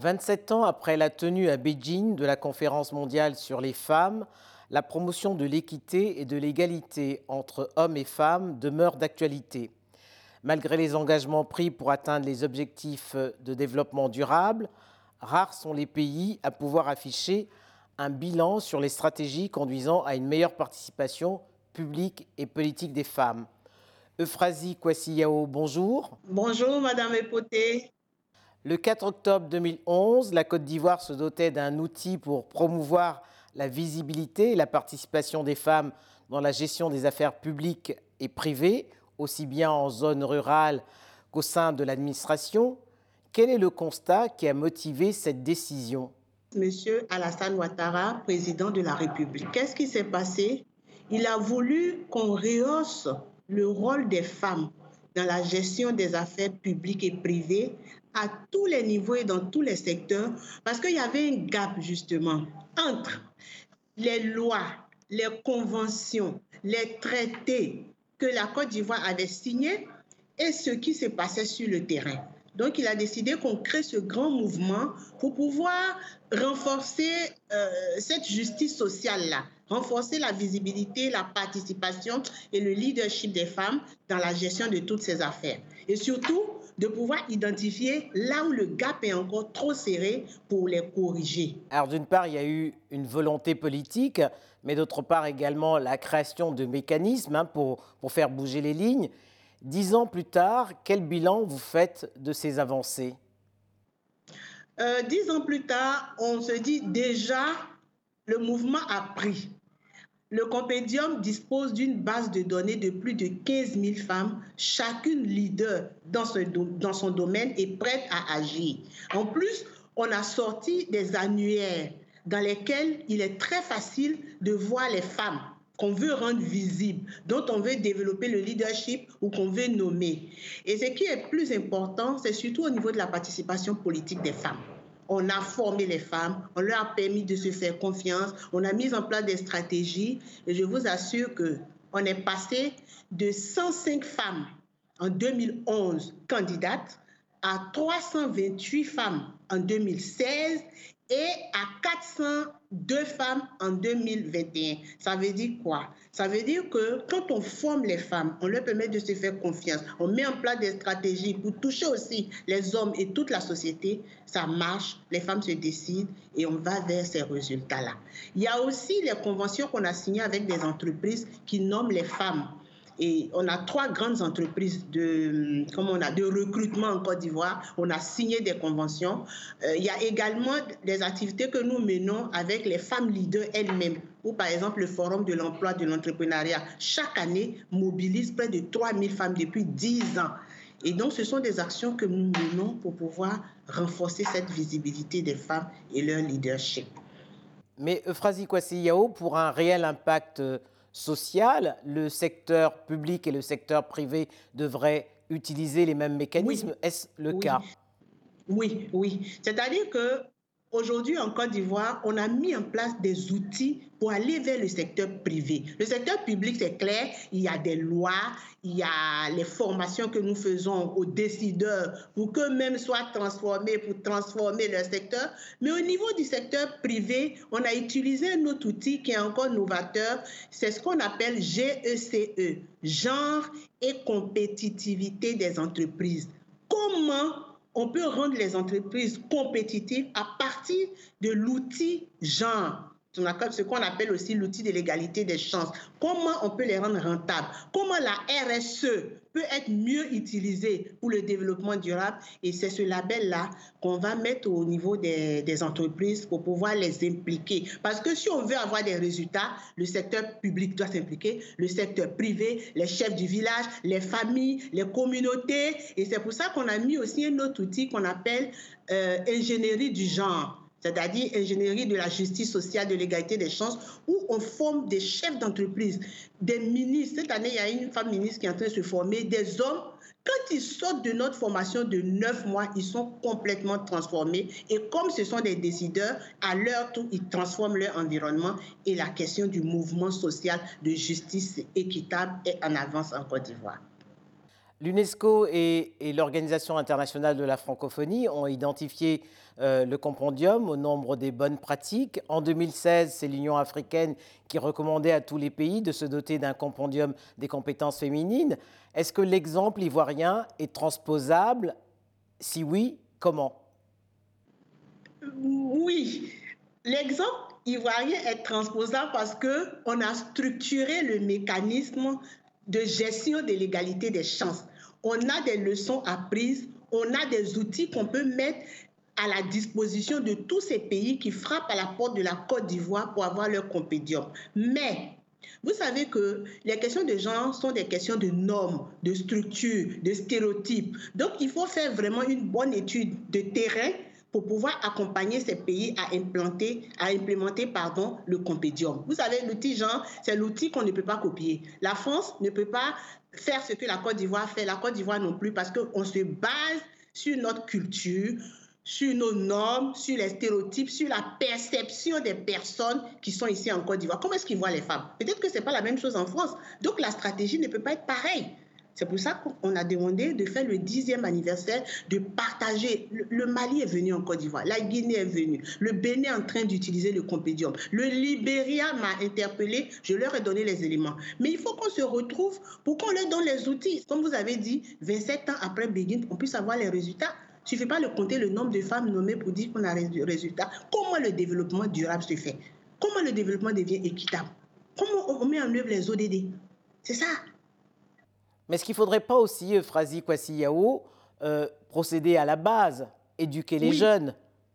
27 ans après la tenue à Beijing de la conférence mondiale sur les femmes, la promotion de l'équité et de l'égalité entre hommes et femmes demeure d'actualité. Malgré les engagements pris pour atteindre les objectifs de développement durable, rares sont les pays à pouvoir afficher un bilan sur les stratégies conduisant à une meilleure participation publique et politique des femmes. Euphrasie Kwasi-Yao, bonjour. Bonjour, Madame Epoté. Le 4 octobre 2011, la Côte d'Ivoire se dotait d'un outil pour promouvoir la visibilité et la participation des femmes dans la gestion des affaires publiques et privées, aussi bien en zone rurale qu'au sein de l'administration. Quel est le constat qui a motivé cette décision? Monsieur Alassane Ouattara, président de la République. Qu'est-ce qui s'est passé? Il a voulu qu'on rehausse le rôle des femmes dans la gestion des affaires publiques et privées à tous les niveaux et dans tous les secteurs, parce qu'il y avait un gap justement entre les lois, les conventions, les traités que la Côte d'Ivoire avait signés et ce qui se passait sur le terrain. Donc, il a décidé qu'on crée ce grand mouvement pour pouvoir renforcer cette justice sociale-là, renforcer la visibilité, la participation et le leadership des femmes dans la gestion de toutes ces affaires. Et surtout, de pouvoir identifier là où le gap est encore trop serré pour les corriger. Alors d'une part, il y a eu une volonté politique, mais d'autre part également la création de mécanismes pour faire bouger les lignes. 10 ans plus tard, quel bilan vous faites de ces avancées? 10 ans plus tard, on se dit déjà, le mouvement a pris. Le Compédium dispose d'une base de données de plus de 15 000 femmes, chacune leader dans son domaine et prête à agir. En plus, on a sorti des annuaires dans lesquels il est très facile de voir les femmes qu'on veut rendre visibles, dont on veut développer le leadership ou qu'on veut nommer. Et ce qui est plus important, c'est surtout au niveau de la participation politique des femmes. On a formé les femmes, on leur a permis de se faire confiance, on a mis en place des stratégies et je vous assure qu'on est passé de 105 femmes en 2011 candidates à 328 femmes en 2016 et à 402 femmes en 2021. Ça veut dire quoi? Ça veut dire que quand on forme les femmes, on leur permet de se faire confiance, on met en place des stratégies pour toucher aussi les hommes et toute la société, ça marche, les femmes se décident et on va vers ces résultats-là. Il y a aussi les conventions qu'on a signées avec des entreprises qui nomment les femmes. Et on a 3 grandes entreprises de recrutement en Côte d'Ivoire. On a signé des conventions. Il y a également des activités que nous menons avec les femmes leaders elles-mêmes, ou par exemple le Forum de l'emploi de l'entrepreneuriat, chaque année, mobilise près de 3 000 femmes depuis 10 ans. Et donc, ce sont des actions que nous menons pour pouvoir renforcer cette visibilité des femmes et leur leadership. Mais Euphrasie Kwasi-Yao, pour un réel impact social, le secteur public et le secteur privé devraient utiliser les mêmes mécanismes. Oui, Est-ce le oui, cas? oui. C'est-à-dire qu'aujourd'hui en Côte d'Ivoire, on a mis en place des outils pour aller vers le secteur privé. Le secteur public, c'est clair, il y a des lois, il y a les formations que nous faisons aux décideurs pour qu'eux-mêmes soient transformés, pour transformer leur secteur. Mais au niveau du secteur privé, on a utilisé un autre outil qui est encore novateur, c'est ce qu'on appelle GECE, genre et compétitivité des entreprises. Comment on peut rendre les entreprises compétitives à partir de l'outil genre, ce qu'on appelle aussi l'outil de l'égalité des chances. Comment on peut les rendre rentables? Comment la RSE peut être mieux utilisée pour le développement durable? Et c'est ce label-là qu'on va mettre au niveau des entreprises pour pouvoir les impliquer. Parce que si on veut avoir des résultats, le secteur public doit s'impliquer, le secteur privé, les chefs du village, les familles, les communautés. Et c'est pour ça qu'on a mis aussi un autre outil qu'on appelle ingénierie du genre, c'est-à-dire ingénierie de la justice sociale, de l'égalité des chances, où on forme des chefs d'entreprise, des ministres. Cette année, il y a une femme ministre qui est en train de se former, des hommes. Quand ils sortent de notre formation de 9 mois, ils sont complètement transformés. Et comme ce sont des décideurs, à leur tour, ils transforment leur environnement. Et la question du mouvement social de justice équitable est en avance en Côte d'Ivoire. L'UNESCO et l'Organisation internationale de la francophonie ont identifié le compendium au nombre des bonnes pratiques. En 2016, c'est l'Union africaine qui recommandait à tous les pays de se doter d'un compendium des compétences féminines. Est-ce que l'exemple ivoirien est transposable? Si oui, comment? Oui, l'exemple ivoirien est transposable parce qu'on a structuré le mécanisme de gestion de l'égalité des chances. On a des leçons apprises, on a des outils qu'on peut mettre à la disposition de tous ces pays qui frappent à la porte de la Côte d'Ivoire pour avoir leur compédium. Mais vous savez que les questions de genre sont des questions de normes, de structures, de stéréotypes. Donc, il faut faire vraiment une bonne étude de terrain pour pouvoir accompagner ces pays à implémenter le compédium. Vous savez, l'outil genre, c'est l'outil qu'on ne peut pas copier. La France ne peut pas faire ce que la Côte d'Ivoire fait, la Côte d'Ivoire non plus, parce qu'on se base sur notre culture, sur nos normes, sur les stéréotypes, sur la perception des personnes qui sont ici en Côte d'Ivoire. Comment est-ce qu'ils voient les femmes? Peut-être que ce n'est pas la même chose en France. Donc, la stratégie ne peut pas être pareille. C'est pour ça qu'on a demandé de faire le 10e anniversaire, de partager. Le Mali est venu en Côte d'Ivoire, la Guinée est venue, le Bénin est en train d'utiliser le compédium, le Libéria m'a interpellé, je leur ai donné les éléments. Mais il faut qu'on se retrouve pour qu'on leur donne les outils. Comme vous avez dit, 27 ans après Begin, on puisse avoir les résultats. Il ne suffit pas de compter le nombre de femmes nommées pour dire qu'on a des résultats. Comment le développement durable se fait? Comment le développement devient équitable? Comment on met en œuvre les ODD? C'est ça. Mais est-ce qu'il ne faudrait pas aussi, Frazi Kwasi-Yao, procéder à la base, éduquer les jeunes?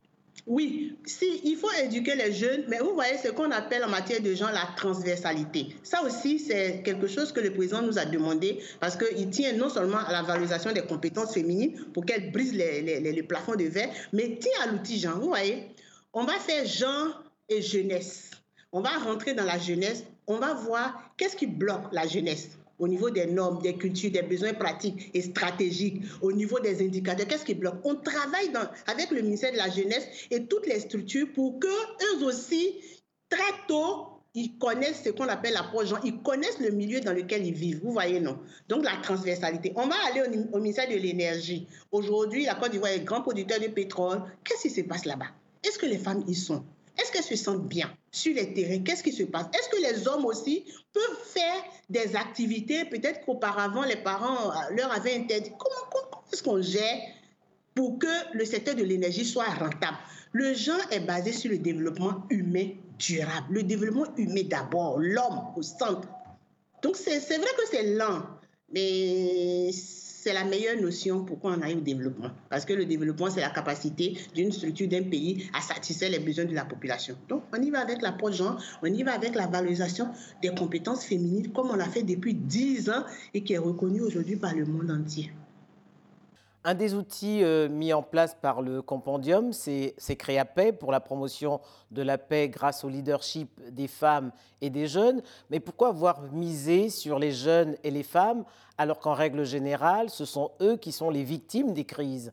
Oui, si, il faut éduquer les jeunes, mais vous voyez ce qu'on appelle en matière de genre la transversalité. Ça aussi, c'est quelque chose que le président nous a demandé parce qu'il tient non seulement à la valorisation des compétences féminines pour qu'elles brisent les plafonds de verre, mais tient à l'outil genre. Vous voyez, on va faire genre et jeunesse. On va rentrer dans la jeunesse, on va voir qu'est-ce qui bloque la jeunesse au niveau des normes, des cultures, des besoins pratiques et stratégiques, au niveau des indicateurs, qu'est-ce qui bloque? On travaille avec le ministère de la Jeunesse et toutes les structures pour qu'eux aussi, très tôt, ils connaissent ce qu'on appelle l'approche genre, ils connaissent le milieu dans lequel ils vivent, vous voyez, non? Donc, la transversalité. On va aller au ministère de l'Énergie. Aujourd'hui, la Côte d'Ivoire est grand producteur de pétrole. Qu'est-ce qui se passe là-bas? Est-ce que les femmes y sont? Est-ce qu'elles se sentent bien sur les terrains? Qu'est-ce qui se passe? Est-ce que les hommes aussi peuvent faire des activités peut-être qu'auparavant les parents leur avaient interdit? Comment est-ce qu'on gère pour que le secteur de l'énergie soit rentable? Le genre est basé sur le développement humain durable. Le développement humain d'abord, l'homme au centre. Donc c'est vrai que c'est lent, mais c'est la meilleure notion pour qu'on aille au développement. Parce que le développement, c'est la capacité d'une structure, d'un pays à satisfaire les besoins de la population. Donc, on y va avec l'approche genre, on y va avec la valorisation des compétences féminines, comme on l'a fait depuis 10 ans et qui est reconnue aujourd'hui par le monde entier. Un des outils mis en place par le compendium, c'est Créapaix pour la promotion de la paix grâce au leadership des femmes et des jeunes. Mais pourquoi avoir misé sur les jeunes et les femmes alors qu'en règle générale, ce sont eux qui sont les victimes des crises?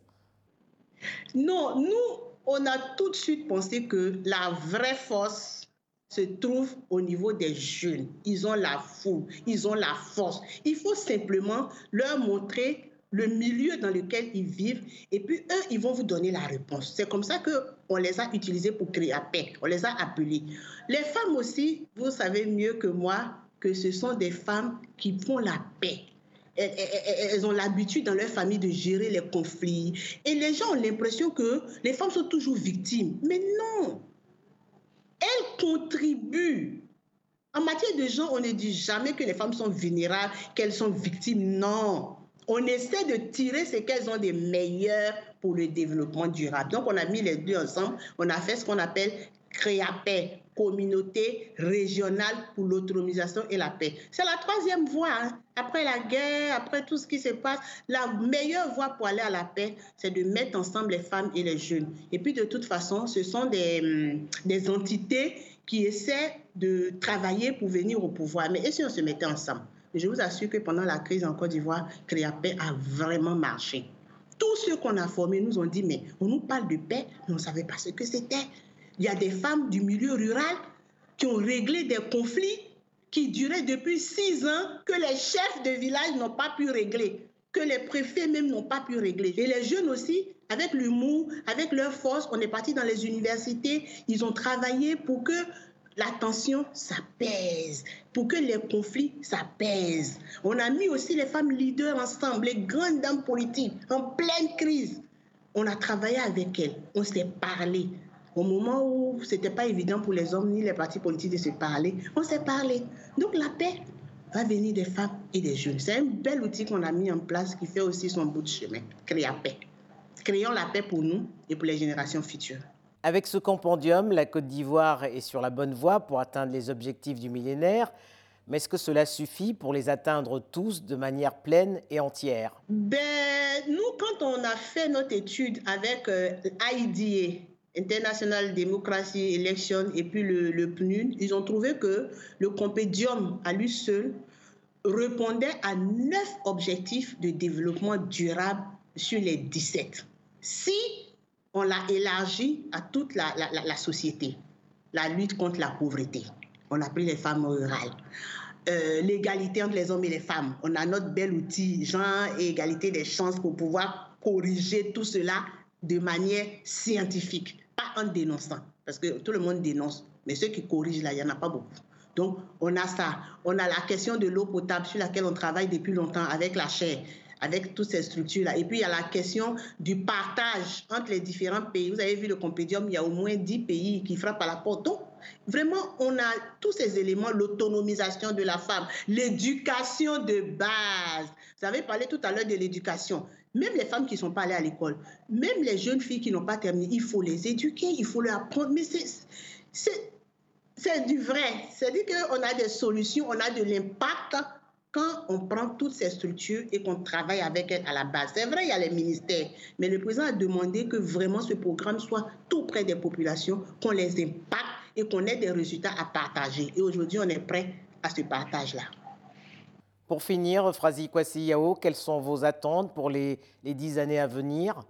Non, nous, on a tout de suite pensé que la vraie force se trouve au niveau des jeunes. Ils ont la foule, ils ont la force. Il faut simplement leur montrer le milieu dans lequel ils vivent et puis eux, ils vont vous donner la réponse. C'est comme ça qu'on les a utilisés pour créer la paix, on les a appelés. Les femmes aussi, vous savez mieux que moi que ce sont des femmes qui font la paix. Elles ont l'habitude dans leur famille de gérer les conflits. Et les gens ont l'impression que les femmes sont toujours victimes. Mais non, elles contribuent. En matière de genre, on ne dit jamais que les femmes sont vulnérables, qu'elles sont victimes. Non. On essaie de tirer ce qu'elles ont de meilleur pour le développement durable. Donc, on a mis les deux ensemble. On a fait ce qu'on appelle Créapaix, communauté régionale pour l'autonomisation et la paix. C'est la troisième voie. Hein. Après la guerre, après tout ce qui se passe, la meilleure voie pour aller à la paix, c'est de mettre ensemble les femmes et les jeunes. Et puis, de toute façon, ce sont des entités qui essaient de travailler pour venir au pouvoir. Mais et si on se mettait ensemble? Je vous assure que pendant la crise en Côte d'Ivoire, Créapaix a vraiment marché. Tous ceux qu'on a formés nous ont dit, mais on nous parle de paix, mais on ne savait pas ce que c'était. Il y a des femmes du milieu rural qui ont réglé des conflits qui duraient depuis 6 ans que les chefs de village n'ont pas pu régler. que les préfets même n'ont pas pu régler. Et les jeunes aussi, avec l'humour, avec leur force, on est parti dans les universités, ils ont travaillé pour que la tension s'apaise, pour que les conflits s'apaisent. On a mis aussi les femmes leaders ensemble, les grandes dames politiques, en pleine crise. On a travaillé avec elles, on s'est parlé. Au moment où ce n'était pas évident pour les hommes ni les partis politiques de se parler, on s'est parlé. Donc la paix va venir des femmes et des jeunes. C'est un bel outil qu'on a mis en place qui fait aussi son bout de chemin. Créer la paix. Créons la paix pour nous et pour les générations futures. Avec ce compendium, la Côte d'Ivoire est sur la bonne voie pour atteindre les objectifs du millénaire. Mais est-ce que cela suffit pour les atteindre tous de manière pleine et entière? Nous, quand on a fait notre étude avec IDA, International Democracy Election, et puis le PNUD, ils ont trouvé que le compendium à lui seul répondait à 9 objectifs de développement durable sur les 17. Si on l'a élargi à toute la société, la lutte contre la pauvreté, on a pris les femmes rurales, l'égalité entre les hommes et les femmes, on a notre bel outil genre et égalité des chances pour pouvoir corriger tout cela de manière scientifique, pas en dénonçant, parce que tout le monde dénonce, mais ceux qui corrigent là, il n'y en a pas beaucoup. Donc, on a ça. On a la question de l'eau potable sur laquelle on travaille depuis longtemps avec la chaire, avec toutes ces structures-là. Et puis, il y a la question du partage entre les différents pays. Vous avez vu le compendium, il y a au moins 10 pays qui frappent à la porte. Donc, vraiment, on a tous ces éléments, l'autonomisation de la femme, l'éducation de base. Vous avez parlé tout à l'heure de l'éducation. Même les femmes qui ne sont pas allées à l'école, même les jeunes filles qui n'ont pas terminé, il faut les éduquer, il faut leur apprendre. Mais c'est du vrai. C'est-à-dire qu'on a des solutions, on a de l'impact quand on prend toutes ces structures et qu'on travaille avec elles à la base. C'est vrai, il y a les ministères, mais le président a demandé que vraiment ce programme soit tout près des populations, qu'on les impacte et qu'on ait des résultats à partager. Et aujourd'hui, on est prêt à ce partage-là. Pour finir, Frazi Kwasi Yao, quelles sont vos attentes pour les 10 années à venir?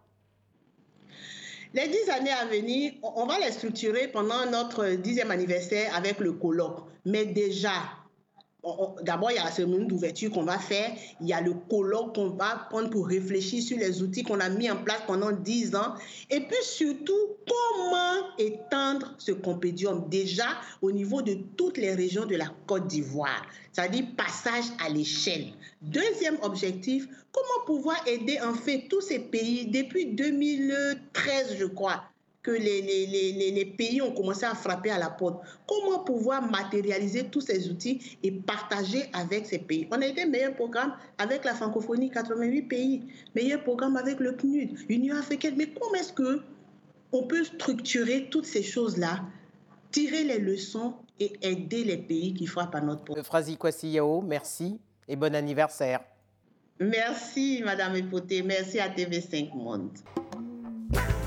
Les 10 années à venir, on va les structurer pendant notre 10e anniversaire avec le colloque. Mais déjà, d'abord, il y a la cérémonie d'ouverture qu'on va faire. Il y a le colloque qu'on va prendre pour réfléchir sur les outils qu'on a mis en place pendant 10 ans. Et puis surtout, comment étendre ce compendium déjà au niveau de toutes les régions de la Côte d'Ivoire. C'est-à-dire passage à l'échelle. Deuxième objectif, comment pouvoir aider en fait tous ces pays depuis 2013, je crois, que les pays ont commencé à frapper à la porte. Comment pouvoir matérialiser tous ces outils et partager avec ces pays? On a été meilleur programme avec la francophonie, 88 pays, meilleur programme avec le PNUD, Union africaine. Mais comment est-ce qu'on peut structurer toutes ces choses-là, tirer les leçons et aider les pays qui frappent à notre porte? Frazi Kwasi Yao, merci et bon anniversaire. Merci, Madame Epoté. Merci à TV5 Monde.